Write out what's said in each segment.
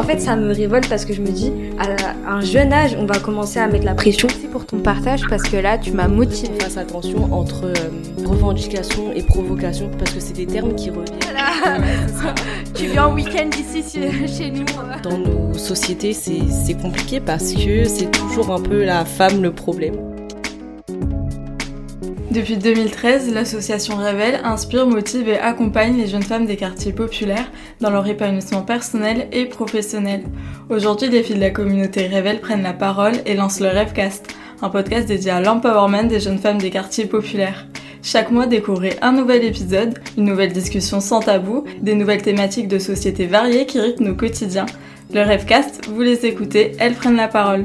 En fait, ça me révolte parce que je me dis, à un jeune âge, on va commencer à mettre la pression. Merci pour ton partage parce que là, tu m'as motivée. Fasse attention entre revendication et provocation parce que c'est des termes qui reviennent. Voilà. Tu viens en week-end ici chez nous. Dans nos sociétés, c'est compliqué parce que c'est toujours un peu la femme le problème. Depuis 2013, l'association Révèle inspire, motive et accompagne les jeunes femmes des quartiers populaires dans leur épanouissement personnel et professionnel. Aujourd'hui, les filles de la communauté Révèle prennent la parole et lancent le Rêvecast, un podcast dédié à l'empowerment des jeunes femmes des quartiers populaires. Chaque mois, découvrez un nouvel épisode, une nouvelle discussion sans tabou, des nouvelles thématiques de société variées qui rythment nos quotidiens. Le Rêvecast, vous les écoutez, elles prennent la parole.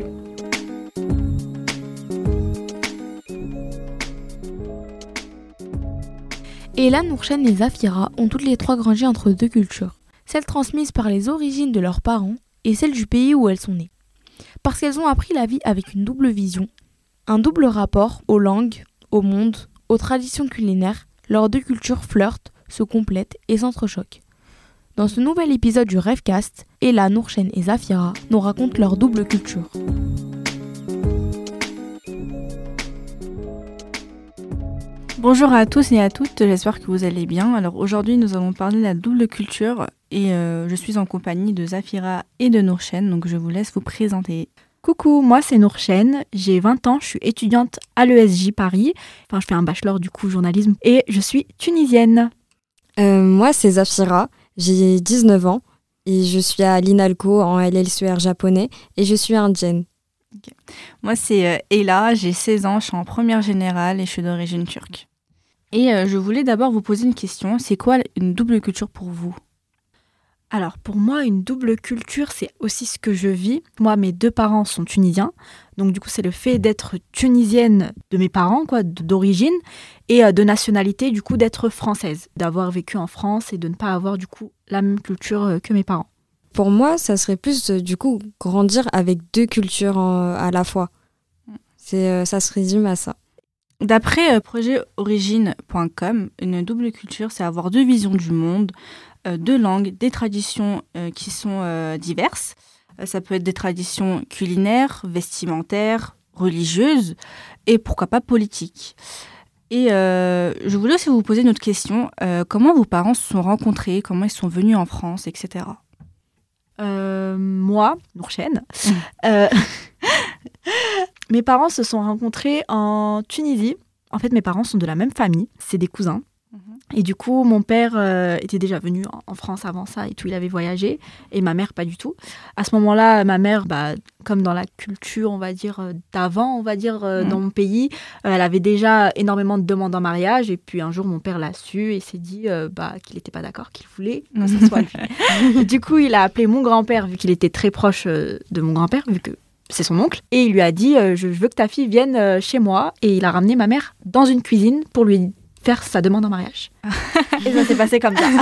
Ella, Nourchen et Zafira ont toutes les trois grandi entre deux cultures, celle transmise par les origines de leurs parents et celle du pays où elles sont nées. Parce qu'elles ont appris la vie avec une double vision, un double rapport aux langues, au monde, aux traditions culinaires, leurs deux cultures flirtent, se complètent et s'entrechoquent. Dans ce nouvel épisode du Rêvecast, Ella, Nourchen et Zafira nous racontent leur double culture. Bonjour à tous et à toutes, j'espère que vous allez bien. Alors aujourd'hui nous allons parler de la double culture et je suis en compagnie de Zafira et de Nourchen, donc je vous laisse vous présenter. Coucou, moi c'est Nourchen, j'ai 20 ans, je suis étudiante à l'ESJ Paris, enfin je fais un bachelor du coup journalisme et je suis tunisienne. Moi c'est Zafira, j'ai 19 ans et je suis à l'INALCO en LLCR japonais et je suis indienne. Okay. Moi c'est Ella, j'ai 16 ans, je suis en première générale et je suis d'origine turque. Et je voulais d'abord vous poser une question, c'est quoi une double culture pour vous ? Alors pour moi une double culture c'est aussi ce que je vis. Moi mes deux parents sont tunisiens, donc du coup c'est le fait d'être tunisienne de mes parents quoi, d'origine et de nationalité du coup d'être française, d'avoir vécu en France et de ne pas avoir du coup la même culture que mes parents. Pour moi, ça serait plus du coup grandir avec deux cultures à la fois. Ça se résume à ça. D'après projetorigine.com, une double culture, c'est avoir deux visions du monde, deux langues, des traditions qui sont diverses. Ça peut être des traditions culinaires, vestimentaires, religieuses et pourquoi pas politiques. Et je voulais aussi vous poser une autre question. Comment vos parents se sont rencontrés ? Comment ils sont venus en France, etc. Moi, Nourchen, mes parents se sont rencontrés en Tunisie. En fait, mes parents sont de la même famille, c'est des cousins. Et du coup, mon père était déjà venu en France avant ça et tout, il avait voyagé. Et ma mère, pas du tout. À ce moment-là, ma mère, comme dans la culture, on va dire, d'avant, dans mon pays, elle avait déjà énormément de demandes en mariage. Et puis un jour, mon père l'a su et s'est dit qu'il n'était pas d'accord, qu'il voulait que ce soit lui. Du coup, il a appelé mon grand-père, vu qu'il était très proche de mon grand-père, vu que c'est son oncle. Et il lui a dit, je veux que ta fille vienne chez moi. Et il a ramené ma mère dans une cuisine pour lui faire sa demande en mariage. Et ça s'est passé comme ça.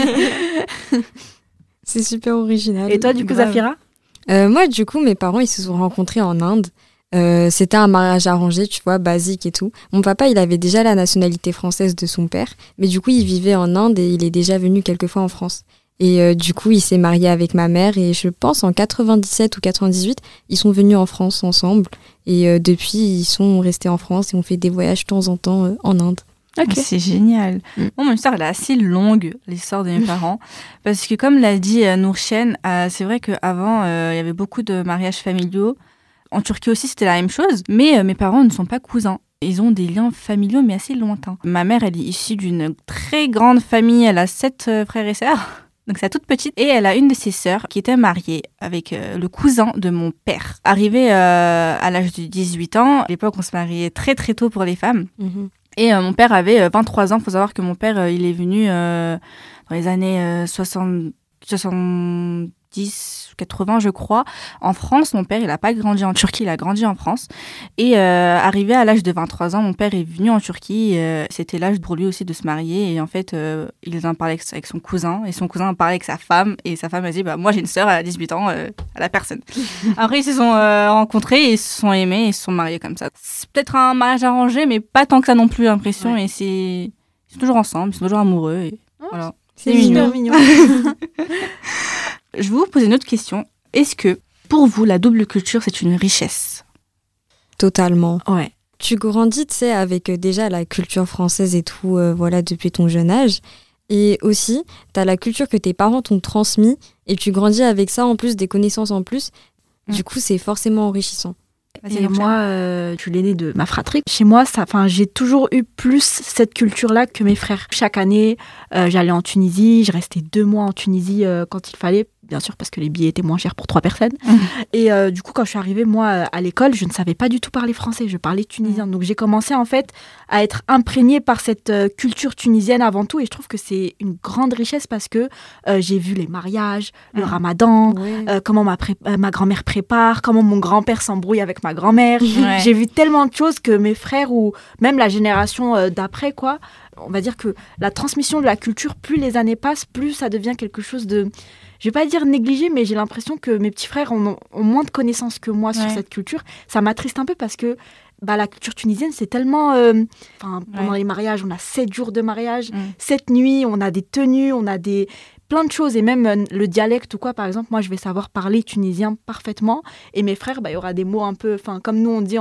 C'est super original. Et toi, du coup, Zafira ? Moi, du coup, mes parents, ils se sont rencontrés en Inde. C'était un mariage arrangé, tu vois, basique et tout. Mon papa, il avait déjà la nationalité française de son père, mais du coup, il vivait en Inde et il est déjà venu quelques fois en France. Et du coup, il s'est marié avec ma mère et je pense en 97 ou 98, ils sont venus en France ensemble. Et depuis, ils sont restés en France et on fait des voyages de temps en temps en Inde. Okay. C'est génial. Mon histoire, elle est assez longue, l'histoire de mes parents. Parce que comme l'a dit Nourchen, c'est vrai qu'avant, il y avait beaucoup de mariages familiaux. En Turquie aussi, c'était la même chose. Mais mes parents ne sont pas cousins. Ils ont des liens familiaux, mais assez lointains. Ma mère, elle est issue d'une très grande famille. Elle a 7 frères et sœurs. Donc c'est toute petite. Et elle a une de ses sœurs qui était mariée avec le cousin de mon père. Arrivée à l'âge de 18 ans, à l'époque, on se mariait très très tôt pour les femmes. Et mon père avait 23 ans. Il faut savoir que mon père, il est venu dans les années 70, 80, je crois, en France. Mon père, il n'a pas grandi en Turquie, il a grandi en France. Et arrivé à l'âge de 23 ans, mon père est venu en Turquie. C'était l'âge pour lui aussi de se marier. Et en fait, il en parlait avec son cousin. Et son cousin en parlait avec sa femme. Et sa femme a dit, moi, j'ai une sœur, elle a 18 ans, elle a personne. Après, ils se sont rencontrés, et ils se sont aimés et ils se sont mariés comme ça. C'est peut-être un mariage arrangé, mais pas tant que ça non plus, j'ai l'impression. Ouais. Et ils sont toujours ensemble, ils sont toujours amoureux. Et voilà. C'est super mignon. Je vais vous poser une autre question. Est-ce que, pour vous, la double culture, c'est une richesse ? Totalement. Ouais. Tu grandis, tu sais, avec déjà la culture française et tout, voilà, depuis ton jeune âge. Et aussi, tu as la culture que tes parents t'ont transmise et tu grandis avec ça en plus, des connaissances en plus. Du coup, c'est forcément enrichissant. Et moi, je suis l'aînée de ma fratrie. Chez moi, j'ai toujours eu plus cette culture-là que mes frères. Chaque année, j'allais en Tunisie. Je restais 2 mois en Tunisie quand il fallait. Bien sûr, parce que les billets étaient moins chers pour 3 personnes. Et du coup, quand je suis arrivée, moi, à l'école, je ne savais pas du tout parler français. Je parlais tunisien. Donc, j'ai commencé, en fait, à être imprégnée par cette culture tunisienne avant tout. Et je trouve que c'est une grande richesse parce que j'ai vu les mariages, le ramadan, comment ma grand-mère prépare, comment mon grand-père s'embrouille avec ma grand-mère. J'ai vu tellement de choses que mes frères ou même la génération d'après, quoi, on va dire que la transmission de la culture, plus les années passent, plus ça devient quelque chose de... Je vais pas dire négligé, mais j'ai l'impression que mes petits frères ont moins de connaissances que moi sur cette culture. Ça m'attriste un peu parce que la culture tunisienne, c'est tellement... pendant les mariages, on a 7 jours de mariage, 7 nuits, on a des tenues, on a plein de choses. Et même le dialecte ou quoi, par exemple, moi, je vais savoir parler tunisien parfaitement. Et mes frères, il y aura des mots un peu... Comme nous, on dit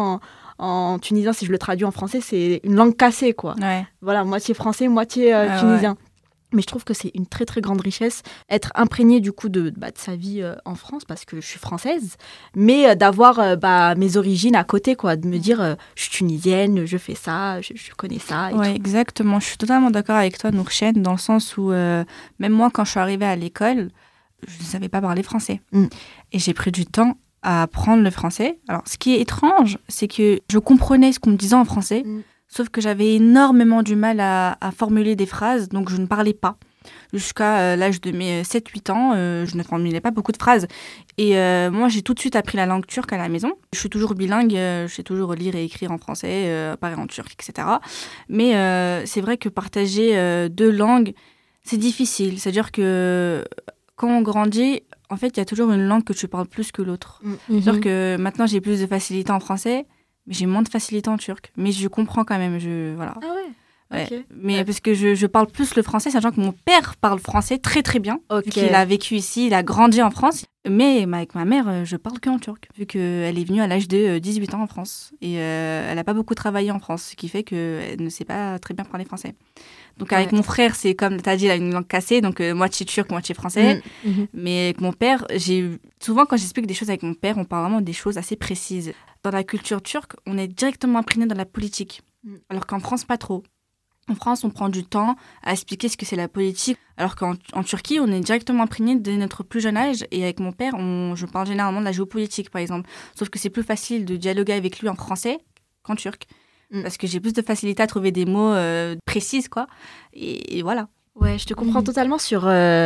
en tunisien, si je le traduis en français, c'est une langue cassée, quoi. Voilà, moitié français, moitié tunisien. Mais je trouve que c'est une très très grande richesse, être imprégnée du coup de sa vie en France, parce que je suis française, mais d'avoir mes origines à côté, quoi, de me dire je suis tunisienne, je fais ça, je connais ça. Oui, exactement. Je suis totalement d'accord avec toi, Nourchen, dans le sens où même moi, quand je suis arrivée à l'école, je ne savais pas parler français. Et j'ai pris du temps à apprendre le français. Alors, ce qui est étrange, c'est que je comprenais ce qu'on me disait en français, sauf que j'avais énormément du mal à formuler des phrases, donc je ne parlais pas. Jusqu'à l'âge de mes 7-8 ans, je ne formulais pas beaucoup de phrases. Et moi, j'ai tout de suite appris la langue turque à la maison. Je suis toujours bilingue, je sais toujours lire et écrire en français, parler en turc, etc. Mais c'est vrai que partager 2 langues, c'est difficile. C'est-à-dire que quand on grandit, en fait, il y a toujours une langue que tu parles plus que l'autre. C'est-à-dire que maintenant, j'ai plus de facilité en français, mais j'ai moins de facilité en turc. Mais je comprends quand même, voilà. Ah ouais. Okay. Mais parce que je parle plus le français, sachant que mon père parle français très très bien, vu qu'il a vécu ici, il a grandi en France. Mais avec ma mère, je parle qu'en turc, vu qu'elle est venue à l'âge de 18 ans en France. Et elle n'a pas beaucoup travaillé en France, ce qui fait qu'elle ne sait pas très bien parler français. Donc avec mon frère, c'est comme tu as dit, il a une langue cassée, donc moitié turc, moitié français. Mais avec mon père, souvent quand j'explique des choses avec mon père, on parle vraiment des choses assez précises. Dans la culture turque, on est directement imprégné dans la politique, alors qu'en France, pas trop. En France, on prend du temps à expliquer ce que c'est la politique, alors qu'en Turquie, on est directement imprégné dès notre plus jeune âge. Et avec mon père, je parle généralement de la géopolitique, par exemple. Sauf que c'est plus facile de dialoguer avec lui en français qu'en turc. Parce que j'ai plus de facilité à trouver des mots précis, quoi. Et voilà. Ouais, je te comprends totalement sur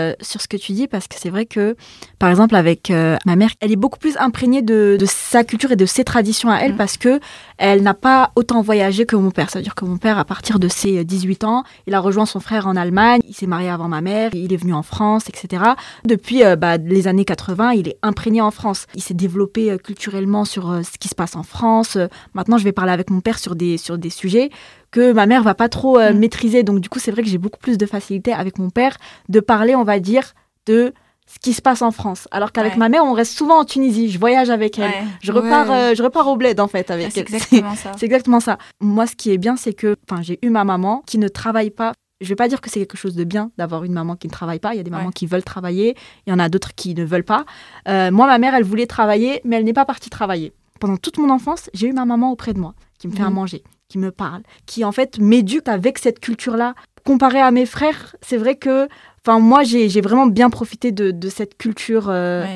ce que tu dis, parce que c'est vrai que, par exemple, avec ma mère, elle est beaucoup plus imprégnée de sa culture et de ses traditions à elle, parce que elle n'a pas autant voyagé que mon père. C'est-à-dire que mon père, à partir de ses 18 ans, il a rejoint son frère en Allemagne, il s'est marié avant ma mère, il est venu en France, etc. Depuis les années 80, il est imprégné en France. Il s'est développé culturellement sur ce qui se passe en France. Maintenant, je vais parler avec mon père sur des sujets que ma mère va pas trop maîtriser. Donc, du coup, c'est vrai que j'ai beaucoup plus de facilité avec mon père de parler, on va dire, de ce qui se passe en France. Alors qu'avec ma mère, on reste souvent en Tunisie. Je voyage avec elle. Je repars au bled, en fait, avec elle. C'est exactement ça. C'est exactement ça. Moi, ce qui est bien, c'est que j'ai eu ma maman qui ne travaille pas. Je vais pas dire que c'est quelque chose de bien d'avoir une maman qui ne travaille pas. Il y a des mamans qui veulent travailler. Il y en a d'autres qui ne veulent pas. Moi, ma mère, elle voulait travailler, mais elle n'est pas partie travailler. Pendant toute mon enfance, j'ai eu ma maman auprès de moi, qui me fait à manger, qui me parle, qui en fait m'éduque avec cette culture-là. Comparé à mes frères, c'est vrai que moi, j'ai vraiment bien profité de cette culture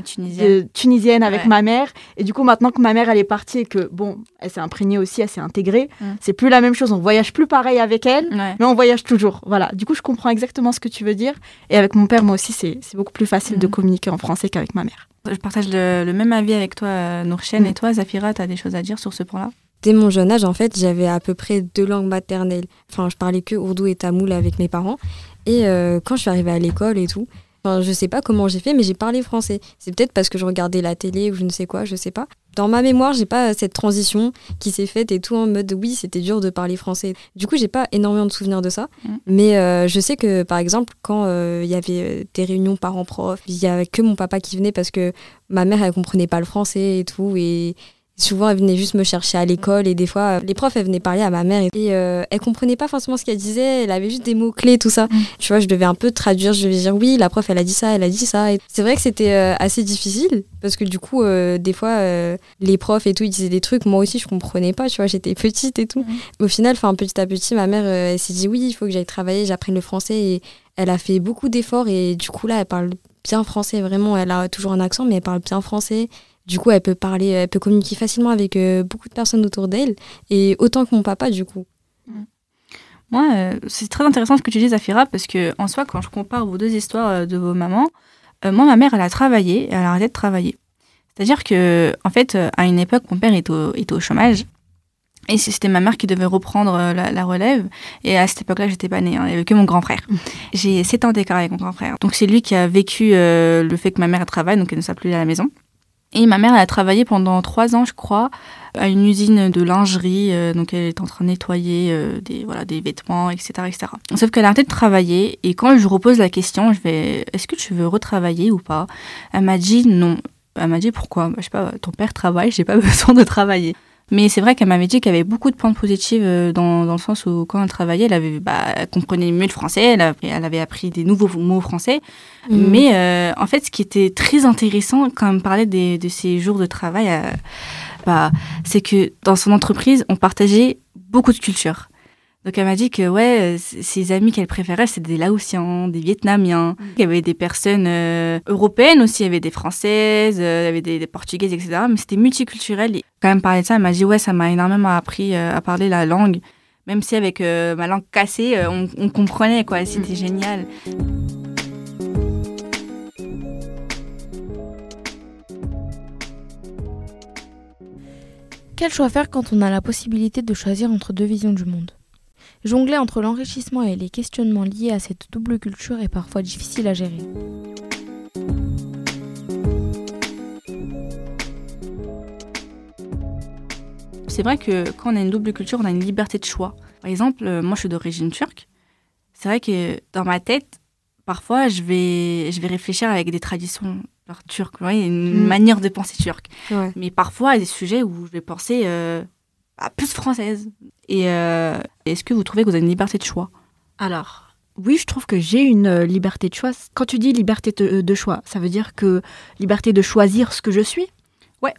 tunisienne avec ma mère. Et du coup, maintenant que ma mère, elle est partie et que, elle s'est imprégnée aussi, elle s'est intégrée, c'est plus la même chose. On voyage plus pareil avec elle, mais on voyage toujours. Voilà. Du coup, je comprends exactement ce que tu veux dire. Et avec mon père, moi aussi, c'est beaucoup plus facile de communiquer en français qu'avec ma mère. Je partage le même avis avec toi, Nourchen. Et toi, Zafira, tu as des choses à dire sur ce point-là ? Dès mon jeune âge, en fait, j'avais à peu près 2 langues maternelles. Je parlais que ourdou et tamoul avec mes parents. Et quand je suis arrivée à l'école et tout, Enfin, je sais pas comment j'ai fait, mais j'ai parlé français. C'est peut-être parce que je regardais la télé ou je ne sais quoi, je sais pas. Dans ma mémoire, j'ai pas cette transition qui s'est faite et tout en mode oui, c'était dur de parler français. Du coup, j'ai pas énormément de souvenirs de ça. Mais je sais que par exemple, quand il y avait des réunions parents-prof, il y avait que mon papa qui venait parce que ma mère, elle comprenait pas le français et tout. Et souvent, elle venait juste me chercher à l'école et des fois, les profs, elles venaient parler à ma mère et elle comprenait pas forcément ce qu'elle disait. Elle avait juste des mots-clés, tout ça. Tu vois, je devais un peu traduire. Je devais dire oui, la prof, elle a dit ça, elle a dit ça. Et c'est vrai que c'était assez difficile parce que du coup, des fois, les profs et tout, ils disaient des trucs. Moi aussi, je comprenais pas. Tu vois, j'étais petite et tout. Au final, petit à petit, ma mère, elle s'est dit oui, il faut que j'aille travailler, j'apprenne le français. Et elle a fait beaucoup d'efforts et du coup, là, elle parle bien français. Vraiment, elle a toujours un accent, mais elle parle bien français. Du coup, elle peut communiquer facilement avec beaucoup de personnes autour d'elle, et autant que mon papa, du coup. Moi, c'est très intéressant ce que tu dis, Zafira, parce que en soi, quand je compare vos deux histoires de vos mamans, moi, ma mère, elle a travaillé, elle a arrêté de travailler. C'est-à-dire que, en fait, à une époque, mon père était au chômage, et c'était ma mère qui devait reprendre la relève. Et à cette époque-là, j'étais pas née, hein, il n'y avait que mon grand frère. J'ai 7 ans d'écart avec mon grand frère. Donc c'est lui qui a vécu le fait que ma mère travaille, donc elle ne soit plus à la maison. Et ma mère, elle a travaillé pendant 3 ans, je crois, à une usine de lingerie. Donc, elle est en train de nettoyer des vêtements, etc., etc. Sauf qu'elle a arrêté de travailler. Et quand je lui repose la question, est-ce que tu veux retravailler ou pas ? Elle m'a dit non. Elle m'a dit pourquoi ? Je sais pas, ton père travaille, j'ai pas besoin de travailler. Mais c'est vrai qu'elle m'avait dit qu'il y avait beaucoup de points positifs dans le sens où quand elle travaillait, elle comprenait mieux le français, elle avait appris des nouveaux mots français. Mais en fait, ce qui était très intéressant quand elle me parlait de ses jours de travail, c'est que dans son entreprise, on partageait beaucoup de cultures. Donc elle m'a dit que ses amis qu'elle préférait, c'était des Laotiens, des Vietnamiens. Il y avait des personnes européennes aussi, il y avait des Françaises, il y avait des Portugaises, etc. Mais c'était multiculturel. Et quand elle me parlait de ça, elle m'a dit ça m'a énormément appris à parler la langue. Même si avec ma langue cassée, on comprenait, quoi. C'était génial. Quel choix faire quand on a la possibilité de choisir entre deux visions du monde ? Jongler entre l'enrichissement et les questionnements liés à cette double culture est parfois difficile à gérer. C'est vrai que quand on a une double culture, on a une liberté de choix. Par exemple, moi je suis d'origine turque. C'est vrai que dans ma tête, parfois je vais réfléchir avec des traditions turques, une manière de penser turque. Ouais. Mais parfois, il y a des sujets où je vais penser plus française. Et est-ce que vous trouvez que vous avez une liberté de choix ? Alors, oui, je trouve que j'ai une liberté de choix. Quand tu dis liberté de choix, ça veut dire que liberté de choisir ce que je suis ? Ouais.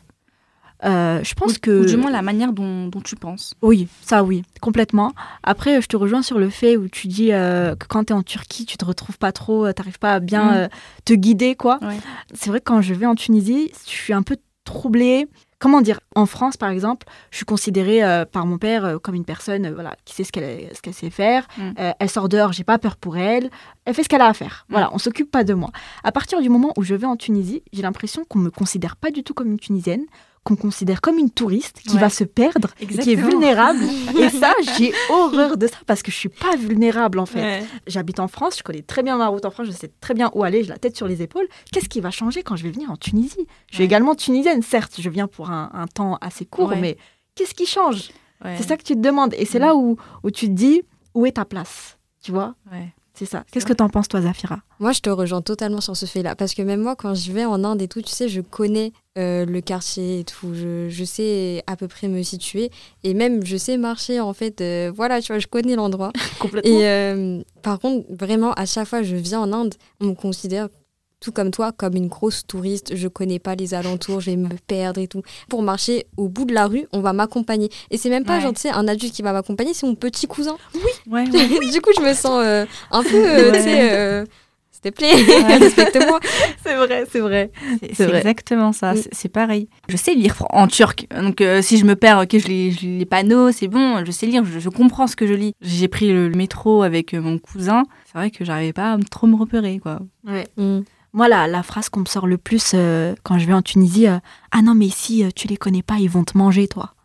Je pense que... Ou du moins la manière dont tu penses. Oui, ça oui, complètement. Après, je te rejoins sur le fait où tu dis que quand tu es en Turquie, tu te retrouves pas trop, tu n'arrives pas à bien te guider, quoi. Ouais. C'est vrai que quand je vais en Tunisie, je suis un peu troublée. Comment dire ? En France, par exemple, je suis considérée par mon père comme une personne qui sait ce qu'elle sait faire. Elle sort dehors, j'ai pas peur pour elle. Elle fait ce qu'elle a à faire. Voilà, on s'occupe pas de moi. À partir du moment où je vais en Tunisie, j'ai l'impression qu'on me considère pas du tout comme une Tunisienne, qu'on me considère comme une touriste qui va se perdre, et qui est vulnérable. Et ça, j'ai horreur de ça parce que je suis pas vulnérable en fait. Ouais. J'habite en France, je connais très bien ma route en France, je sais très bien où aller, j'ai la tête sur les épaules. Qu'est-ce qui va changer quand je vais venir en Tunisie ? Je suis également tunisienne, certes, je viens pour un temps assez court, mais qu'est-ce qui change ? C'est ça que tu te demandes. Et c'est là où tu te dis, où est ta place ? Tu vois ? C'est ça. Qu'est-ce que t'en penses, toi, Zafira ? Moi, je te rejoins totalement sur ce fait-là. Parce que même moi, quand je vais en Inde et tout, tu sais, je connais le quartier et tout. Je sais à peu près me situer. Et même, je sais marcher, en fait. Voilà, tu vois, je connais l'endroit. Complètement. Et par contre, vraiment, à chaque fois que je viens en Inde, on me considère, tout comme toi, comme une grosse touriste. Je connais pas les alentours, je vais me perdre et tout. Pour marcher au bout de la rue, on va m'accompagner. Et c'est même pas genre, tu sais, un adulte qui va m'accompagner, c'est mon petit cousin. Oui. Du coup, je me sens un peu, tu sais, s'il te plaît, respecte-moi. C'est vrai. C'est vrai. Exactement ça, c'est pareil. Je sais lire en turc, donc si je me perds, je lis les panneaux, c'est bon, je sais lire, je comprends ce que je lis. J'ai pris le métro avec mon cousin, c'est vrai que j'arrivais pas à trop me repérer, quoi. Ouais. Moi, la phrase qu'on me sort le plus quand je vais en Tunisie, ah non, mais ici, tu les connais pas, ils vont te manger, toi.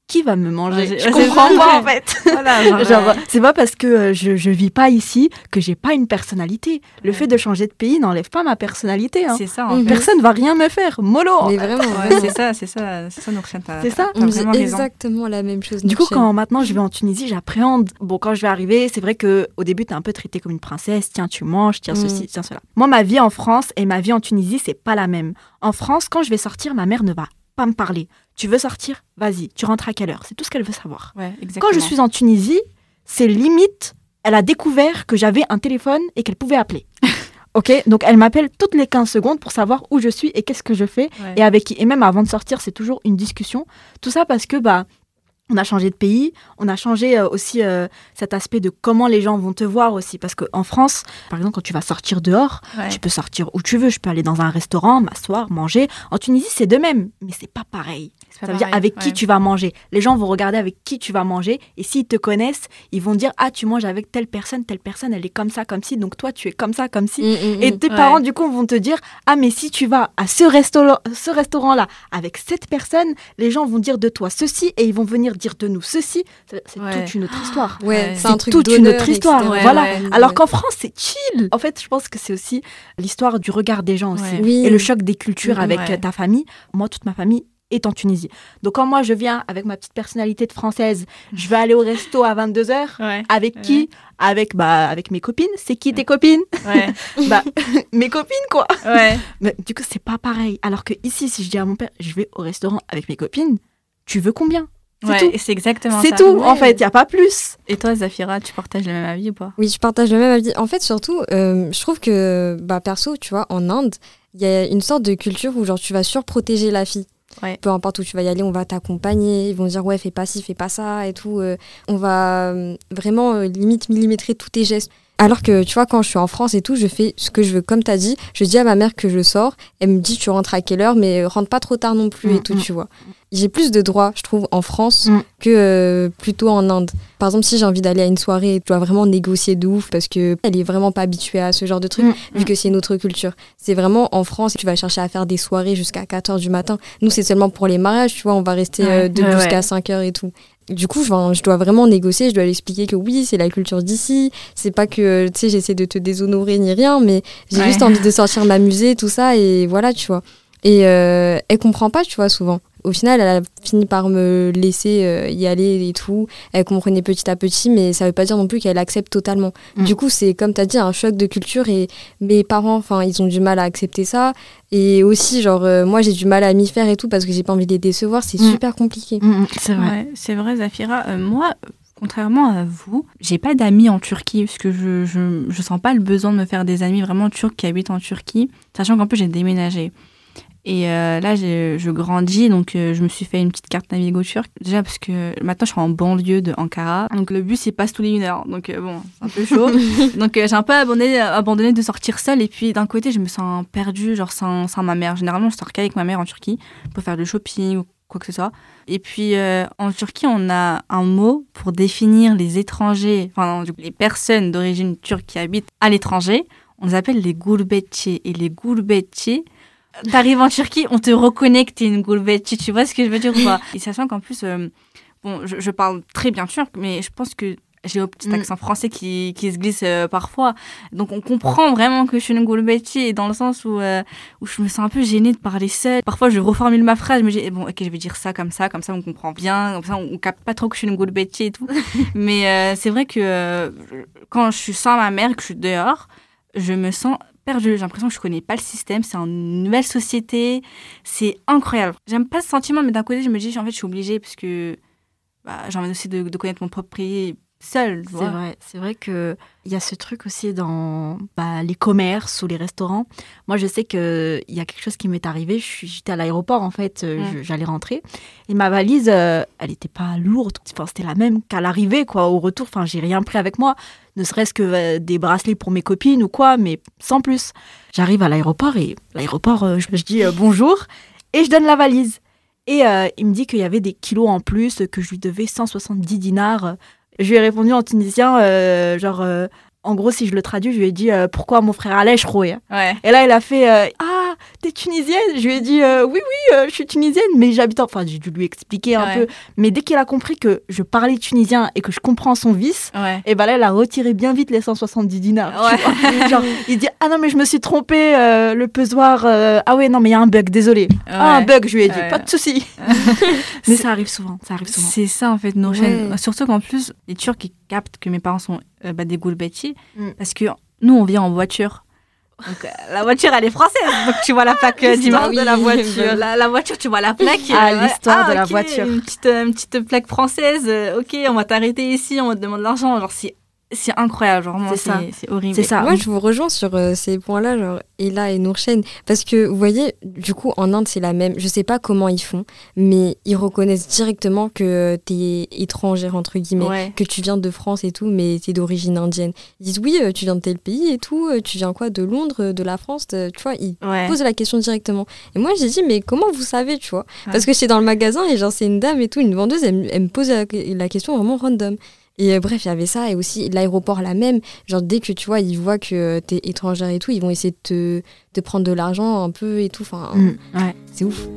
qui va me manger? Je c'est comprends vrai. pas en fait. Voilà, Genre, c'est pas parce que je vis pas ici que j'ai pas une personnalité. Le fait de changer de pays n'enlève pas ma personnalité. Hein. c'est ça en fait. Personne va rien me faire. Mollo. Mais vraiment, Ouais, c'est ça, Nourchen. C'est ça. on me dit vraiment raison. exactement la même chose. Du coup, Nourchen. quand maintenant je vais en Tunisie, j'appréhende. Bon, quand je vais arriver, c'est vrai que au début, t'es un peu traitée comme une princesse. Tiens, tu manges, tiens ceci, tiens cela. Moi, ma vie en France et ma vie en Tunisie, c'est pas la même. En France, quand je vais sortir, ma mère ne va pas me parler. Tu veux sortir? Vas-y. Tu rentres à quelle heure? C'est tout ce qu'elle veut savoir. Ouais, exactement. Quand je suis en Tunisie, c'est limite, elle a découvert que j'avais un téléphone et qu'elle pouvait appeler. Ok, donc elle m'appelle toutes les 15 secondes pour savoir où je suis et qu'est-ce que je fais et avec qui. Et même avant de sortir, c'est toujours une discussion. Tout ça parce que on a changé de pays, on a changé aussi cet aspect de comment les gens vont te voir aussi. Parce qu'en France, par exemple, quand tu vas sortir dehors, tu peux sortir où tu veux. Je peux aller dans un restaurant, m'asseoir, manger. En Tunisie, c'est de même, mais c'est pas pareil. Ça veut dire avec qui tu vas manger. Les gens vont regarder avec qui tu vas manger. Et s'ils te connaissent, ils vont dire « Ah, tu manges avec telle personne, elle est comme ça, comme ci. Donc toi, tu es comme ça, comme ci. » Et tes parents, du coup, vont te dire « Ah, mais si tu vas à ce restaurant-là avec cette personne, les gens vont dire de toi ceci et ils vont venir dire de nous ceci. » C'est toute une autre histoire. Ouais, c'est un truc toute une autre histoire. etc. Voilà. Ouais. Alors qu'en France, c'est chill. En fait, je pense que c'est aussi l'histoire du regard des gens aussi. Ouais. Oui. Et le choc des cultures avec ta famille. Moi, toute ma famille est en Tunisie. Donc quand moi je viens avec ma petite personnalité de française, je vais aller au resto à 22h, avec qui? Avec mes copines. C'est qui tes copines? Mes copines quoi. Mais, du coup c'est pas pareil. Alors que ici, si je dis à mon père, je vais au restaurant avec mes copines, tu veux combien? C'est tout. Et c'est exactement c'est ça. tout en fait, il y a pas plus. Et toi Zafira, tu partages le même avis ou pas? Oui, je partage le même avis. En fait, surtout, je trouve que perso, tu vois, en Inde, il y a une sorte de culture où genre tu vas surprotéger la fille. Ouais. Peu importe où tu vas y aller, on va t'accompagner, ils vont dire ouais, fais pas ci, fais pas ça et tout. On va vraiment limite millimétrer tous tes gestes. Alors que tu vois, quand je suis en France et tout, je fais ce que je veux. Comme t'as dit, je dis à ma mère que je sors, elle me dit tu rentres à quelle heure, mais rentre pas trop tard non plus et tout, tu vois. J'ai plus de droits, je trouve, en France que plutôt en Inde. Par exemple, si j'ai envie d'aller à une soirée, je dois vraiment négocier de ouf parce qu'elle est vraiment pas habituée à ce genre de truc, vu que c'est une autre culture. C'est vraiment en France, tu vas chercher à faire des soirées jusqu'à 4h du matin. Nous, c'est seulement pour les mariages, tu vois, on va rester debout jusqu'à 5h et tout. Du coup, je dois vraiment négocier, je dois lui expliquer que oui, c'est la culture d'ici. C'est pas que, tu sais, j'essaie de te déshonorer ni rien, mais j'ai juste envie de sortir m'amuser, tout ça, et voilà, tu vois. Et elle comprend pas, tu vois, souvent. Au final, elle a fini par me laisser y aller et tout. Elle comprenait petit à petit, mais ça veut pas dire non plus qu'elle accepte totalement. Du coup, c'est, comme tu as dit, un choc de culture et mes parents, ils ont du mal à accepter ça. Et aussi, moi, j'ai du mal à m'y faire et tout parce que j'ai pas envie de les décevoir. C'est super compliqué. C'est vrai. Ouais, c'est vrai, Zafira. Moi, contrairement à vous, j'ai pas d'amis en Turquie parce que je sens pas le besoin de me faire des amis vraiment turcs qui habitent en Turquie, sachant qu'en plus, j'ai déménagé. Et là, je grandis, donc je me suis fait une petite carte Navigo turque. Déjà parce que maintenant, je suis en banlieue de Ankara. Donc le bus, il passe tous les 1 heure. Donc bon, c'est un peu chaud. Donc j'ai un peu abandonné de sortir seule. Et puis d'un côté, je me sens perdue, genre sans ma mère. Généralement, je sors qu'avec ma mère en Turquie pour faire du shopping ou quoi que ce soit. Et puis en Turquie, on a un mot pour définir les étrangers, les personnes d'origine turque qui habitent à l'étranger. On les appelle les gurbetçi. Et les gurbetçi, t'arrives en Turquie, on te reconnaît que t'es une gurbetçi, tu vois ce que je veux dire ou pas? Et sachant qu'en plus, je parle très bien turc, mais je pense que j'ai un petit accent français qui se glisse parfois. Donc on comprend vraiment que je suis une gurbetçi, dans le sens où je me sens un peu gênée de parler seule. Parfois, je reformule ma phrase, je me dis, ok, je vais dire ça, comme ça on comprend bien, comme ça on capte pas trop que je suis une gurbetçi et tout. Mais c'est vrai que quand je suis sans ma mère, que je suis dehors, je me sens perdue. J'ai l'impression que je connais pas le système, c'est une nouvelle société, c'est incroyable. J'aime pas ce sentiment, mais d'un côté je me dis en fait je suis obligée parce que j'ai envie aussi de connaître mon propre pays seule. C'est vrai que il y a ce truc aussi dans les commerces ou les restaurants. Moi je sais que il y a quelque chose qui m'est arrivé. J'étais à l'aéroport en fait, j'allais rentrer et ma valise elle était pas lourde. C'était la même qu'à l'arrivée quoi. Au retour, j'ai rien pris avec moi. Ne serait-ce que des bracelets pour mes copines ou quoi, mais sans plus. J'arrive à l'aéroport et je dis bonjour et je donne la valise. Et il me dit qu'il y avait des kilos en plus, que je lui devais 170 dinars. Je lui ai répondu en tunisien, en gros, si je le traduis, je lui ai dit pourquoi mon frère allait, je crois. Ouais. Et là, il a fait t'es tunisienne? Je lui ai dit oui, je suis tunisienne, mais j'habite enfin, j'ai dû lui expliquer un peu. Mais dès qu'il a compris que je parlais tunisien et que je comprends son vice, et ben là, elle a retiré bien vite les 170 dinars. Genre, il dit ah non, mais je me suis trompée, le pesoir. Ah ouais, non, mais il y a un bug, désolé. Ah, un bug, je lui ai dit, pas de souci. Mais ça arrive souvent. C'est ça en fait, Nourchen. Surtout qu'en plus, les Turcs ils captent que mes parents sont des Gourbetchi parce que nous on vient en voiture. Donc la voiture elle est française, donc tu vois la plaque d'image de la voiture. La voiture, tu vois la plaque. L'histoire de la voiture. Une petite plaque française. Ok, on va t'arrêter ici, on va te demander de l'argent. Genre c'est incroyable, genre vraiment, c'est horrible. C'est ça. Moi, je vous rejoins sur ces points-là, genre Ella et Nourchen, parce que vous voyez, du coup, en Inde, c'est la même. Je sais pas comment ils font, mais ils reconnaissent directement que t'es étrangère entre guillemets, que tu viens de France et tout, mais t'es d'origine indienne. Ils disent oui, tu viens de tel pays et tout, tu viens quoi, de Londres, de la France, tu vois, ils posent la question directement. Et moi, j'ai dit mais comment vous savez, tu vois, parce que j'étais dans le magasin et genre c'est une dame et tout, une vendeuse, elle me pose la question vraiment random. Et bref, il y avait ça, et aussi l'aéroport la même. Genre, dès que tu vois, ils voient que t'es étrangère et tout, ils vont essayer de te prendre de l'argent un peu et tout. Enfin, c'est ouf.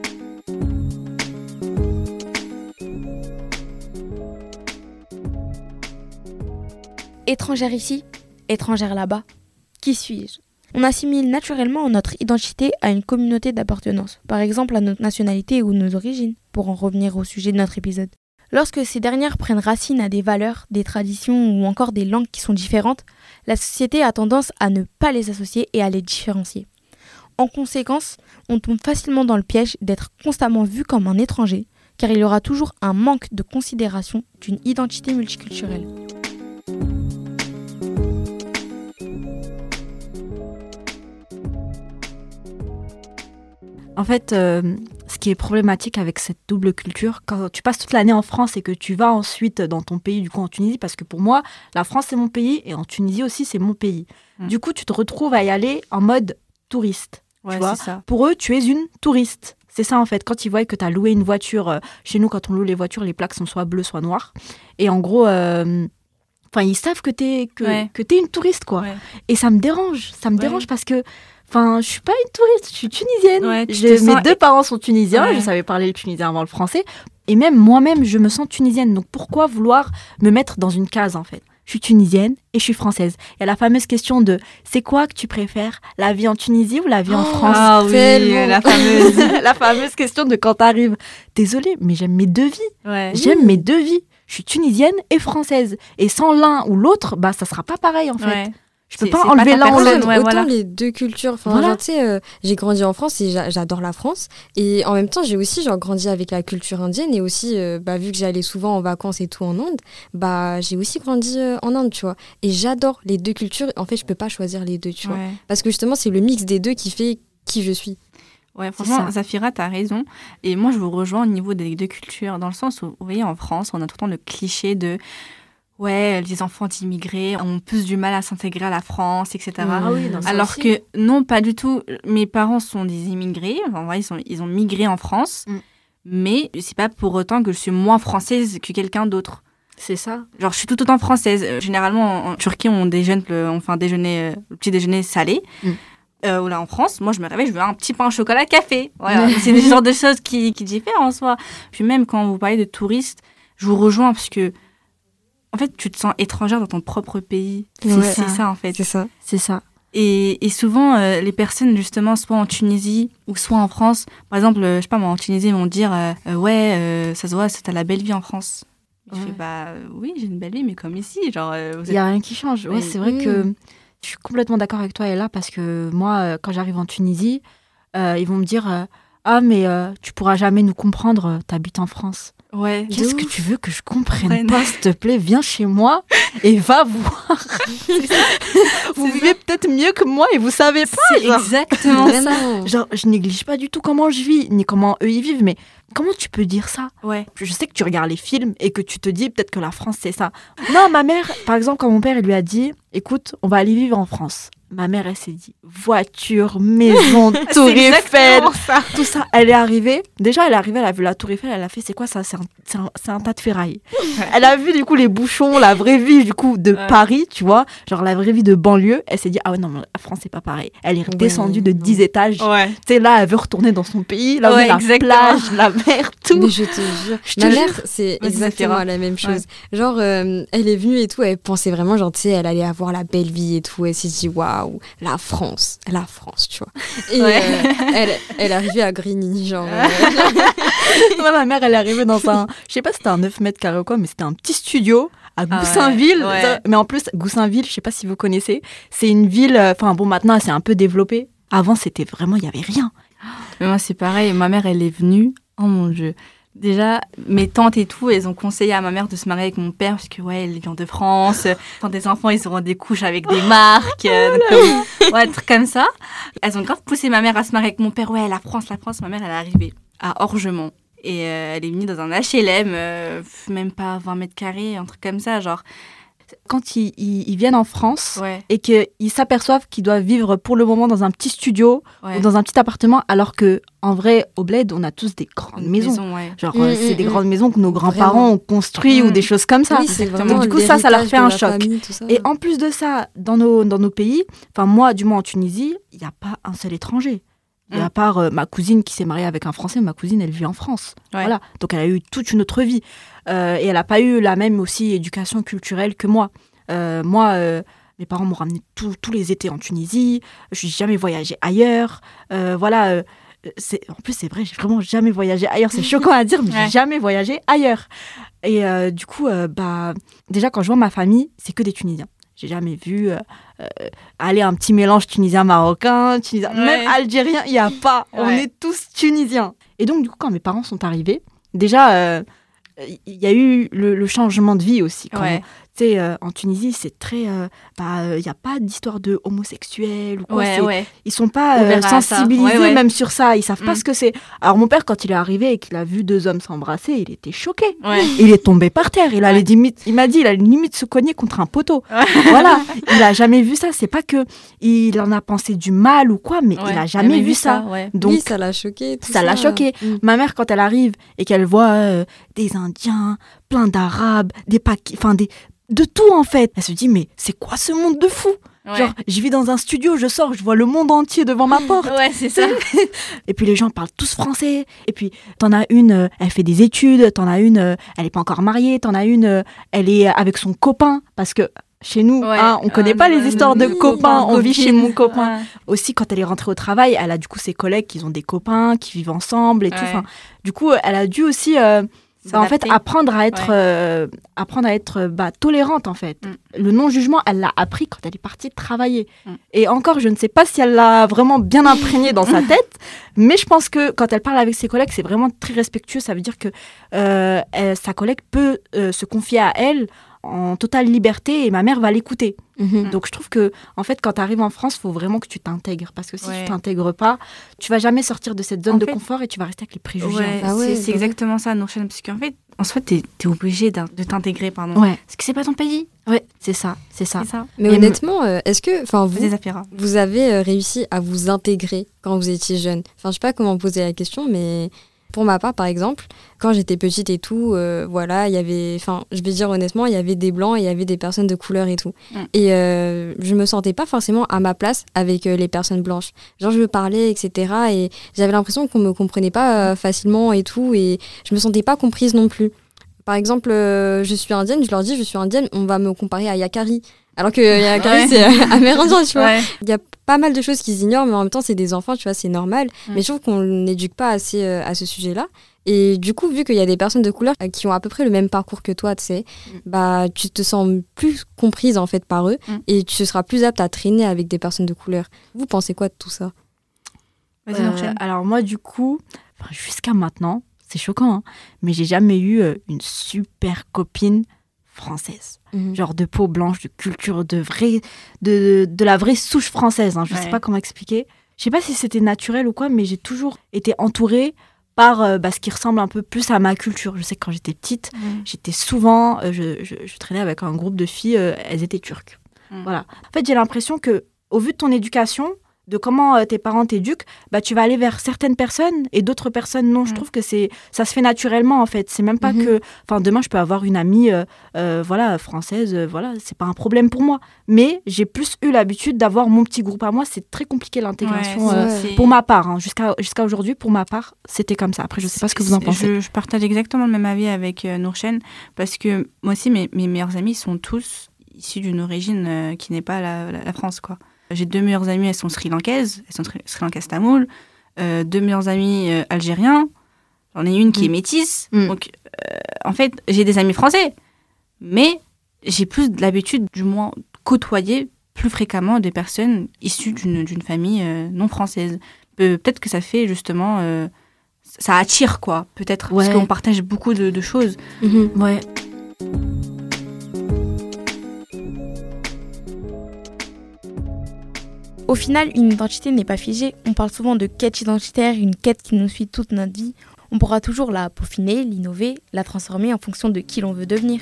Étrangère ici, étrangère là-bas. Qui suis-je ? On assimile naturellement notre identité à une communauté d'appartenance, par exemple à notre nationalité ou nos origines, pour en revenir au sujet de notre épisode. Lorsque ces dernières prennent racine à des valeurs, des traditions ou encore des langues qui sont différentes, la société a tendance à ne pas les associer et à les différencier. En conséquence, on tombe facilement dans le piège d'être constamment vu comme un étranger, car il y aura toujours un manque de considération d'une identité multiculturelle. En fait, ce qui est problématique avec cette double culture, quand tu passes toute l'année en France et que tu vas ensuite dans ton pays, du coup en Tunisie, parce que pour moi, la France c'est mon pays et en Tunisie aussi c'est mon pays. Du coup, tu te retrouves à y aller en mode touriste. Tu vois, ça. Pour eux, tu es une touriste. C'est ça en fait, quand ils voient que tu as loué une voiture, chez nous quand on loue les voitures, les plaques sont soit bleues, soit noires. Et en gros, ils savent que t'es une touriste quoi. Et ça me dérange, parce que je suis pas une touriste, je suis tunisienne. Mes deux parents sont tunisiens, je savais parler le tunisien avant le français. Et même moi-même, je me sens tunisienne. Donc pourquoi vouloir me mettre dans une case en fait ? Je suis tunisienne et je suis française. Il y a la fameuse question de c'est quoi que tu préfères, la vie en Tunisie ou la vie en France ? Ah oui, la fameuse question de quand t'arrives. Désolée, mais j'aime mes deux vies. J'aime mes deux vies. Je suis tunisienne et française. Et sans l'un ou l'autre, ça sera pas pareil en fait. Je peux pas enlever l'un ou l'autre. Autant les deux cultures. Genre, tu sais, j'ai grandi en France et j'adore la France. Et en même temps, j'ai aussi grandi avec la culture indienne. Et aussi, vu que j'allais souvent en vacances et tout en Inde, j'ai aussi grandi en Inde, tu vois. Et j'adore les deux cultures. En fait, je peux pas choisir les deux, tu vois. Parce que justement, c'est le mix des deux qui fait qui je suis. Ouais, franchement, Zafira, t'as raison. Et moi, je vous rejoins au niveau des deux cultures. Dans le sens où, vous voyez, en France, on a tout le temps le cliché de... Ouais, les enfants d'immigrés ont plus du mal à s'intégrer à la France, etc. Alors que non, pas du tout. Mes parents sont des immigrés. Ils ont migré en France. Mais c'est pas pour autant que je suis moins française que quelqu'un d'autre. C'est ça. Genre, je suis tout autant française. Généralement, en Turquie, on déjeune, le petit déjeuner salé. Ou là, en France, moi, je me réveille, je veux un petit pain au chocolat café. Voilà. C'est le genre de choses qui diffèrent en soi. Puis même quand vous parlez de touristes, je vous rejoins parce que en fait, tu te sens étrangère dans ton propre pays. C'est ça, en fait. C'est ça. Et souvent, les personnes, justement, soit en Tunisie ou soit en France, par exemple, je sais pas moi, en Tunisie, ils vont dire ça se voit, t'as la belle vie en France. Je fais oui, j'ai une belle vie, mais comme ici. Genre, il n'y a rien qui change. Ouais, c'est vrai que je suis complètement d'accord avec toi, Ella, parce que moi, quand j'arrive en Tunisie, ils vont me dire mais tu pourras jamais nous comprendre, t'habites en France. Ouais. Qu'est-ce que tu veux que je comprenne pas, s'il te plaît, viens chez moi et va voir. Vous vivez peut-être mieux que moi et vous savez pas. C'est exactement ça. Genre, je néglige pas du tout comment je vis, ni comment eux ils vivent, mais comment tu peux dire ça ? Je sais que tu regardes les films et que tu te dis peut-être que la France c'est ça. Non, ma mère, par exemple, quand mon père il lui a dit, écoute, on va aller vivre en France. Ma mère, elle s'est dit voiture, maison, Tour Eiffel, tout ça. Elle est arrivée. Déjà, elle a vu la Tour Eiffel. Elle a fait, c'est quoi ça? C'est un tas de ferraille. Elle a vu du coup les bouchons, la vraie vie du coup de Paris, tu vois, genre la vraie vie de banlieue. Elle s'est dit ah ouais non, la France c'est pas pareil. Elle est redescendue de 10 étages. Tu sais là, elle veut retourner dans son pays. Là où il y a la plage, la mer, tout. Mais je te jure, ma mère c'est exactement la même chose. Genre elle est venue et tout, elle pensait vraiment genre tu sais, elle allait avoir la belle vie et tout. Elle s'est dit waouh, la France, tu vois. Et elle est arrivée à Grigny, genre. Moi, ma mère, elle est arrivée dans un, je sais pas si c'était un 9 mètres carrés ou quoi, mais c'était un petit studio à Goussainville. Mais en plus, Goussainville, je sais pas si vous connaissez, c'est une ville, enfin bon, maintenant, c'est un peu développé. Avant, c'était vraiment, il y avait rien. Mais moi, c'est pareil. Ma mère, elle est venue. Oh mon Dieu. Déjà, mes tantes et tout, elles ont conseillé à ma mère de se marier avec mon père parce que, ouais, elle vient de France. Quand des enfants, ils auront des couches avec des marques, des trucs comme ça. Elles ont grave poussé ma mère à se marier avec mon père. Ouais, la France. Ma mère, elle est arrivée à Orgemont. Et elle est venue dans un HLM, même pas 20 mètres carrés, un truc comme ça, genre. Quand ils viennent en France et qu'ils s'aperçoivent qu'ils doivent vivre pour le moment dans un petit studio ou dans un petit appartement, alors que en vrai, au bled, on a tous des grandes maisons. Genre, c'est des grandes maisons que nos grands-parents ont construites ou des choses comme ça. Oui, donc du coup, ça leur fait un choc. Famille, et en plus de ça, dans nos pays, enfin moi, du moins en Tunisie, il n'y a pas un seul étranger. Et à part ma cousine qui s'est mariée avec un Français, ma cousine, elle vit en France. Voilà. Donc, elle a eu toute une autre vie. Et elle n'a pas eu la même aussi éducation culturelle que moi. Mes parents m'ont ramené tous les étés en Tunisie. Je n'ai jamais voyagé ailleurs. Voilà. En plus, c'est vrai, j'ai vraiment jamais voyagé ailleurs. C'est choquant à dire, mais j'ai jamais voyagé ailleurs. Et du coup, déjà, quand je vois ma famille, c'est que des Tunisiens. J'ai jamais vu aller un petit mélange tunisien-marocain, même algérien, il n'y a pas. On est tous tunisiens. Et donc, du coup, quand mes parents sont arrivés, déjà, il y a eu le changement de vie aussi. Tu sais, en Tunisie, c'est très... il n'y a pas d'histoire de homosexuels ou quoi. Ils ne sont pas sensibilisés même sur ça. Ils ne savent pas ce que c'est. Alors, mon père, quand il est arrivé et qu'il a vu 2 hommes s'embrasser, il était choqué. Il est tombé par terre. Il m'a dit, il a limite se cogner contre un poteau. Voilà. Il n'a jamais vu ça. C'est pas qu'il en a pensé du mal ou quoi, mais il n'a jamais vu ça. Donc, oui, ça l'a choqué. Ça l'a choqué. Ma mère, quand elle arrive et qu'elle voit des Indiens, plein d'Arabes, de tout en fait. Elle se dit mais c'est quoi ce monde de fou? Genre je vis dans un studio, je sors, je vois le monde entier devant ma porte. C'est ça. Et puis les gens parlent tous français. Et puis t'en as une, elle fait des études. T'en as une, elle est pas encore mariée. T'en as une, elle est avec son copain parce que chez nous, on connaît pas les histoires de copains. On vit chez mon copain. Aussi quand elle est rentrée au travail, elle a du coup ses collègues qui ont des copains, qui vivent ensemble et tout. Enfin, du coup, elle a dû aussi en fait, apprendre à être tolérante, en fait. Le non-jugement, elle l'a appris quand elle est partie travailler. Et encore, je ne sais pas si elle l'a vraiment bien imprégné dans sa tête, mais je pense que quand elle parle avec ses collègues, c'est vraiment très respectueux. Ça veut dire que sa collègue peut se confier à elle en totale liberté et ma mère va l'écouter. Donc je trouve que en fait quand tu arrives en France, il faut vraiment que tu t'intègres parce que si tu t'intègres pas, tu vas jamais sortir de cette zone de confort et tu vas rester avec les préjugés. C'est exactement ça, Nourchane, parce qu'en fait en soi t'es obligé de t'intégrer parce que c'est pas ton pays. C'est ça. Mais honnêtement, est-ce que vous avez réussi à vous intégrer quand vous étiez jeune? Enfin, je sais pas comment poser la question, mais pour ma part, par exemple, quand j'étais petite et tout, il y avait, enfin, je vais dire honnêtement, il y avait des blancs et il y avait des personnes de couleur et tout. Et je me sentais pas forcément à ma place avec les personnes blanches. Genre, je me parlais, etc. Et j'avais l'impression qu'on me comprenait pas facilement et tout. Et je me sentais pas comprise non plus. Par exemple, je suis indienne, je leur dis je suis indienne, on va me comparer à Yakari. Alors que Yakari, c'est amérindien, tu vois. Il y a pas mal de choses qu'ils ignorent, mais en même temps, c'est des enfants, tu vois, c'est normal. Mais je trouve qu'on n'éduque pas assez à ce sujet-là. Et du coup, vu qu'il y a des personnes de couleur qui ont à peu près le même parcours que toi, tu sais, tu te sens plus comprise, en fait, par eux. Et tu seras plus apte à traîner avec des personnes de couleur. Vous pensez quoi de tout ça? Alors moi, du coup, jusqu'à maintenant, c'est choquant, hein, mais j'ai jamais eu une super copine française. Genre de peau blanche, de culture, de la vraie souche française. Hein. Je sais pas comment expliquer. Je sais pas si c'était naturel ou quoi, mais j'ai toujours été entourée par ce qui ressemble un peu plus à ma culture. Je sais que quand j'étais petite, j'étais souvent... je traînais avec un groupe de filles, elles étaient turques. Voilà. En fait, j'ai l'impression que au vu de ton éducation, de comment tes parents t'éduquent, tu vas aller vers certaines personnes et d'autres personnes non. Je trouve que ça se fait naturellement en fait. C'est même pas que, demain je peux avoir une amie, française, c'est pas un problème pour moi. Mais j'ai plus eu l'habitude d'avoir mon petit groupe à moi. C'est très compliqué l'intégration pour ma part. Hein. Jusqu'à aujourd'hui, pour ma part, c'était comme ça. Après, je sais pas ce que vous en pensez. Je partage exactement le même avis avec Nourchen parce que moi aussi, mes meilleurs amis sont tous issus d'une origine qui n'est pas la France, quoi. J'ai 2 meilleures amies, elles sont sri-lankaises, Sri Lankaises Tamoul. 2 meilleurs amis algériens. J'en ai une qui est métisse. Donc, en fait, j'ai des amis français. Mais j'ai plus l'habitude, du moins, côtoyer plus fréquemment des personnes issues d'une famille non française. Peut-être que ça fait justement... ça attire, quoi. Peut-être parce qu'on partage beaucoup de choses. Ouais. Au final, une identité n'est pas figée. On parle souvent de quête identitaire, une quête qui nous suit toute notre vie. On pourra toujours la peaufiner, l'innover, la transformer en fonction de qui l'on veut devenir.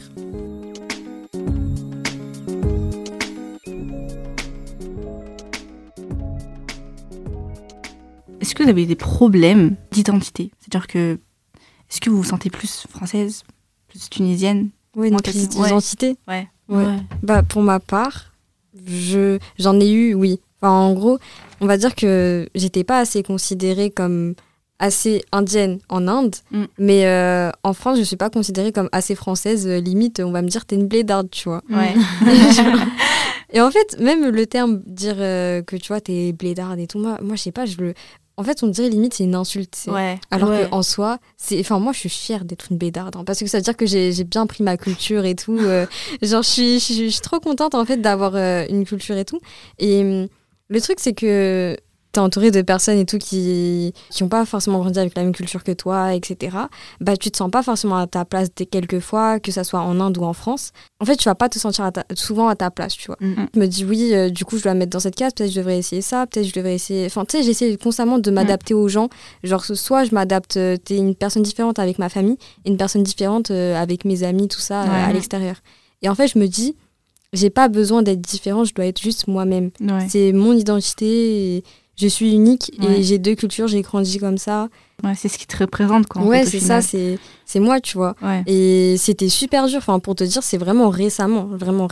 Est-ce que vous avez des problèmes d'identité ? C'est-à-dire que, est-ce que vous vous sentez plus française, plus tunisienne ? Oui, une crise d'identité. Ouais. Pour ma part, j'en ai eu, oui. En gros, on va dire que j'étais pas assez considérée comme assez indienne en Inde, mais en France, je suis pas considérée comme assez française. Limite, on va me dire t'es une blédarde, tu vois. Ouais. Et en fait, même le terme dire que tu vois t'es blédarde et tout, moi je sais pas, en fait, on dirait limite c'est une insulte. Alors qu'en soi, moi je suis fière d'être une blédarde, parce que ça veut dire que j'ai bien pris ma culture et tout. Je suis trop contente en fait d'avoir une culture et tout. Et le truc, c'est que t'es entouré de personnes et tout qui n'ont pas forcément grandi avec la même culture que toi, etc. Tu te sens pas forcément à ta place quelquefois, que ça soit en Inde ou en France. En fait, tu vas pas te sentir souvent à ta place, tu vois. Je me dis, oui, du coup, je dois me mettre dans cette case, peut-être je devrais essayer ça, peut-être je devrais essayer... Enfin, tu sais, j'essaie constamment de m'adapter aux gens. Genre, soit je m'adapte, t'es une personne différente avec ma famille, et une personne différente avec mes amis, tout ça, à l'extérieur. Et en fait, je me dis... J'ai pas besoin d'être différente, je dois être juste moi-même. Ouais. C'est mon identité, et je suis unique et j'ai 2 cultures, j'ai grandi comme ça. Ouais, c'est ce qui te représente, quoi. Ouais, c'est ça, c'est moi, tu vois. Ouais. Et c'était super dur, pour te dire, c'est vraiment récemment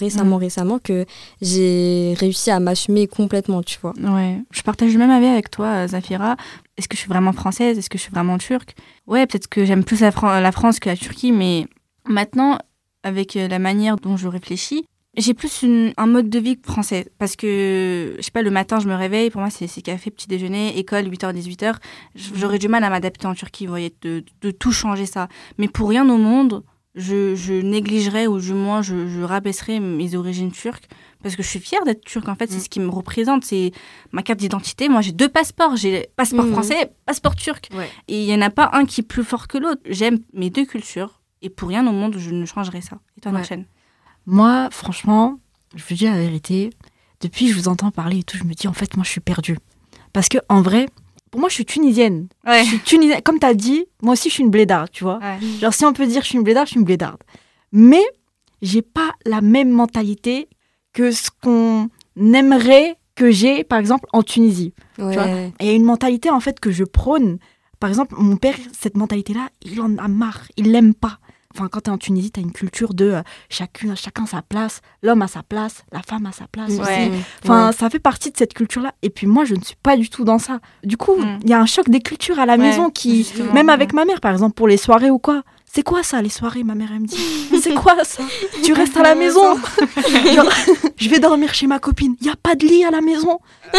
que j'ai réussi à m'assumer complètement, tu vois. Ouais, je partage le même avis avec toi, Zafira. Est-ce que je suis vraiment française ? Est-ce que je suis vraiment turque ? Ouais, peut-être que j'aime plus la France que la Turquie, mais maintenant, avec la manière dont je réfléchis, j'ai plus un mode de vie français, parce que, je sais pas, le matin, je me réveille, pour moi, c'est café, petit déjeuner, école, 8h, 18h. J'aurais du mal à m'adapter en Turquie, vous voyez, de tout changer ça. Mais pour rien au monde, je négligerais, ou du moins, je rabaisserais mes origines turques, parce que je suis fière d'être turque, en fait, c'est ce qui me représente, c'est ma carte d'identité. Moi, j'ai 2 passeports, j'ai passeport français, passeport turc. Ouais. Et il y en a pas un qui est plus fort que l'autre. J'aime mes 2 cultures, et pour rien au monde, je ne changerais ça. Et toi, Nourchen ? Moi, franchement, je vous dis la vérité, depuis que je vous entends parler et tout, je me dis, en fait, moi, je suis perdue. Parce que en vrai, pour moi, je suis tunisienne. Ouais. Je suis tunisienne. Comme tu as dit, moi aussi, je suis une blédarde, tu vois. Ouais. Genre, si on peut dire je suis une blédarde, je suis une blédarde. Mais j'ai pas la même mentalité que ce qu'on aimerait que j'ai, par exemple, en Tunisie. Ouais. Tu vois. Et il y a une mentalité, en fait, que je prône. Par exemple, mon père, cette mentalité-là, il en a marre. Il l'aime pas. Quand tu es en Tunisie, tu as une culture de chacun sa place, l'homme a sa place, la femme a sa place aussi. Ça fait partie de cette culture-là. Et puis moi, je ne suis pas du tout dans ça. Du coup, il y a un choc des cultures à la maison qui, même avec ma mère, par exemple, pour les soirées ou quoi. C'est quoi ça, les soirées ? Ma mère, elle me dit, c'est quoi ça ? Tu restes à la maison. Genre, je vais dormir chez ma copine. Il n'y a pas de lit à la maison.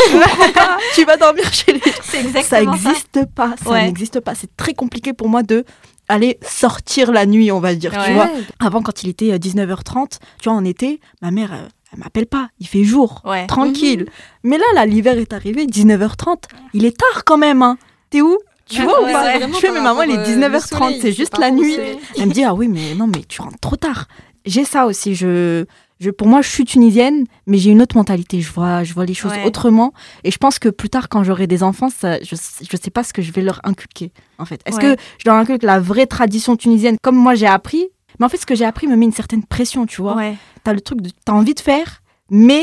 Tu vas dormir chez les... Ça n'existe pas. Ça n'existe pas. C'est très compliqué pour moi de aller sortir la nuit, on va dire, tu vois. Avant, quand il était 19h30, tu vois, en été, ma mère, elle m'appelle pas, il fait jour, tranquille. Mais là, l'hiver est arrivé, 19h30, il est tard quand même, hein. T'es où ? Tu vois ou pas ? Je fais, mais maman, il est 19h30, c'est juste la nuit. Elle me dit, ah oui, mais non, mais tu rentres trop tard. J'ai ça aussi, pour moi, je suis tunisienne, mais j'ai une autre mentalité. Je vois les choses autrement. Et je pense que plus tard, quand j'aurai des enfants, je sais pas ce que je vais leur inculquer, en fait. Est-ce que je leur inculque la vraie tradition tunisienne, comme moi j'ai appris ? Mais en fait, ce que j'ai appris me met une certaine pression, tu vois. T'as le truc de... T'as envie de faire, mais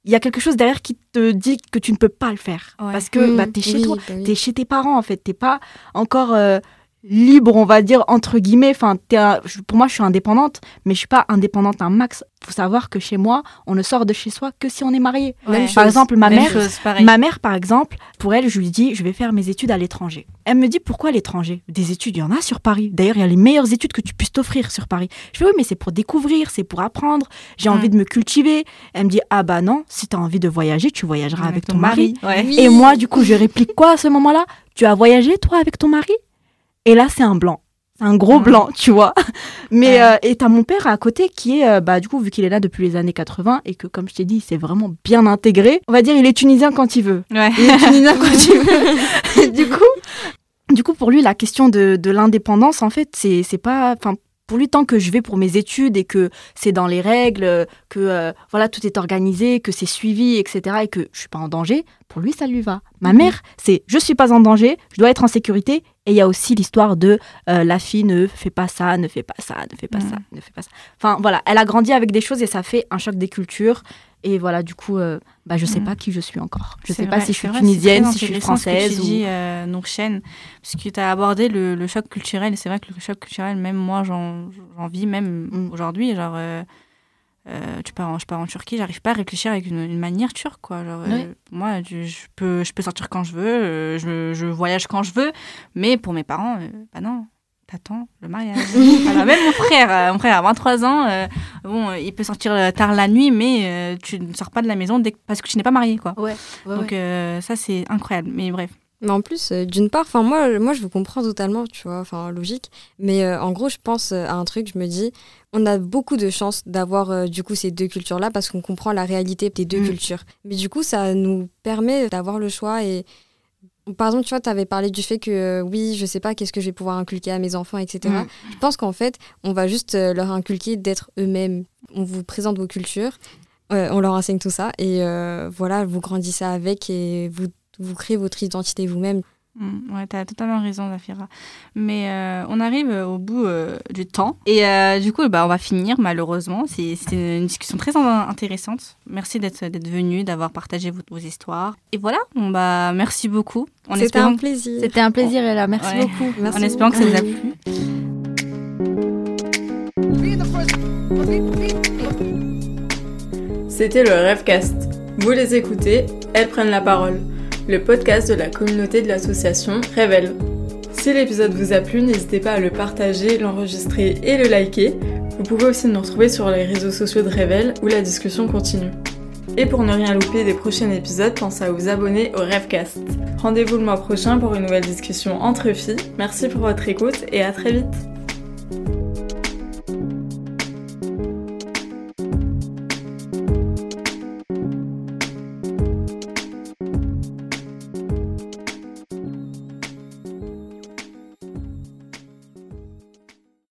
il y a quelque chose derrière qui te dit que tu ne peux pas le faire. Ouais. Parce que t'es chez toi, oui. t'es chez tes parents en fait, t'es pas encore libre, on va dire, entre guillemets. Enfin, pour moi, je suis indépendante, mais je suis pas indépendante un max. Faut savoir que chez moi, on ne sort de chez soi que si on est marié. Ouais. Par exemple, ma mère, par exemple, pour elle, je lui dis, je vais faire mes études à l'étranger. Elle me dit, pourquoi à l'étranger ? Des études, il y en a sur Paris. D'ailleurs, il y a les meilleures études que tu puisses t'offrir sur Paris. Je fais, oui, mais c'est pour découvrir, c'est pour apprendre. J'ai envie de me cultiver. Elle me dit, ah bah non, si tu as envie de voyager, tu voyageras avec ton mari. Ouais. Oui. Et moi, du coup, je réplique quoi à ce moment-là ? Tu as voyagé, toi, avec ton mari ? Et là, c'est un blanc. C'est un gros blanc, tu vois. Mais et t'as mon père à côté qui est, du coup, vu qu'il est là depuis les années 80 et que, comme je t'ai dit, il s'est vraiment bien intégré, on va dire, il est tunisien quand il veut. Ouais. Il est tunisien quand il veut. Du coup, pour lui, la question de l'indépendance, en fait, c'est pas... Enfin, pour lui, tant que je vais pour mes études et que c'est dans les règles, que voilà, tout est organisé, que c'est suivi, etc., et que je suis pas en danger, pour lui, ça lui va. Ma mère, c'est je suis pas en danger, je dois être en sécurité. Et il y a aussi l'histoire de la fille ne fait pas ça, ne fait pas ça, ne fait pas ça, ne fait pas ça. Enfin, voilà, elle a grandi avec des choses et ça fait un choc des cultures. Et voilà, du coup, je sais pas qui je suis encore. Je sais pas si je suis tunisienne, si je suis française. Ce que tu dis, Nourchen, parce que tu as abordé le choc culturel. Et c'est vrai que le choc culturel, même moi, j'en vis même aujourd'hui. Genre, je pars en Turquie, j'arrive pas à réfléchir avec une manière turque, quoi. Genre, moi, je peux sortir quand je veux, je voyage quand je veux, mais pour mes parents, non. T'attends le mariage. Voilà, même mon frère a 23 ans, il peut sortir tard la nuit, mais tu ne sors pas de la maison parce que tu n'es pas marié, quoi. Donc ça, c'est incroyable, mais bref. Mais en plus, d'une part, moi, je vous comprends totalement, tu vois, logique. Mais en gros, je pense à un truc, je me dis, on a beaucoup de chance d'avoir, du coup, ces deux cultures-là parce qu'on comprend la réalité des deux cultures. Mais du coup, ça nous permet d'avoir le choix et... Par exemple, tu vois, tu avais parlé du fait que, oui, je sais pas qu'est-ce que je vais pouvoir inculquer à mes enfants, etc. Je pense qu'en fait, on va juste leur inculquer d'être eux-mêmes. On vous présente vos cultures, on leur enseigne tout ça, et voilà, vous grandissez avec et vous créez votre identité vous-même. Ouais, t'as totalement raison, Zafira. Mais on arrive au bout du temps. Et du coup, on va finir, malheureusement. C'était une discussion très intéressante. Merci d'être venu, d'avoir partagé vos histoires. Et voilà, merci beaucoup. C'était un plaisir. C'était un plaisir, Ella. Merci beaucoup. En espérant que ça vous a plu. C'était le Rêvecast. Vous les écoutez, elles prennent la parole. Le podcast de la communauté de l'association Révèle. Si l'épisode vous a plu, n'hésitez pas à le partager, l'enregistrer et le liker. Vous pouvez aussi nous retrouver sur les réseaux sociaux de Révèle où la discussion continue. Et pour ne rien louper des prochains épisodes, pensez à vous abonner au Rêvecast. Rendez-vous le mois prochain pour une nouvelle discussion entre filles. Merci pour votre écoute et à très vite.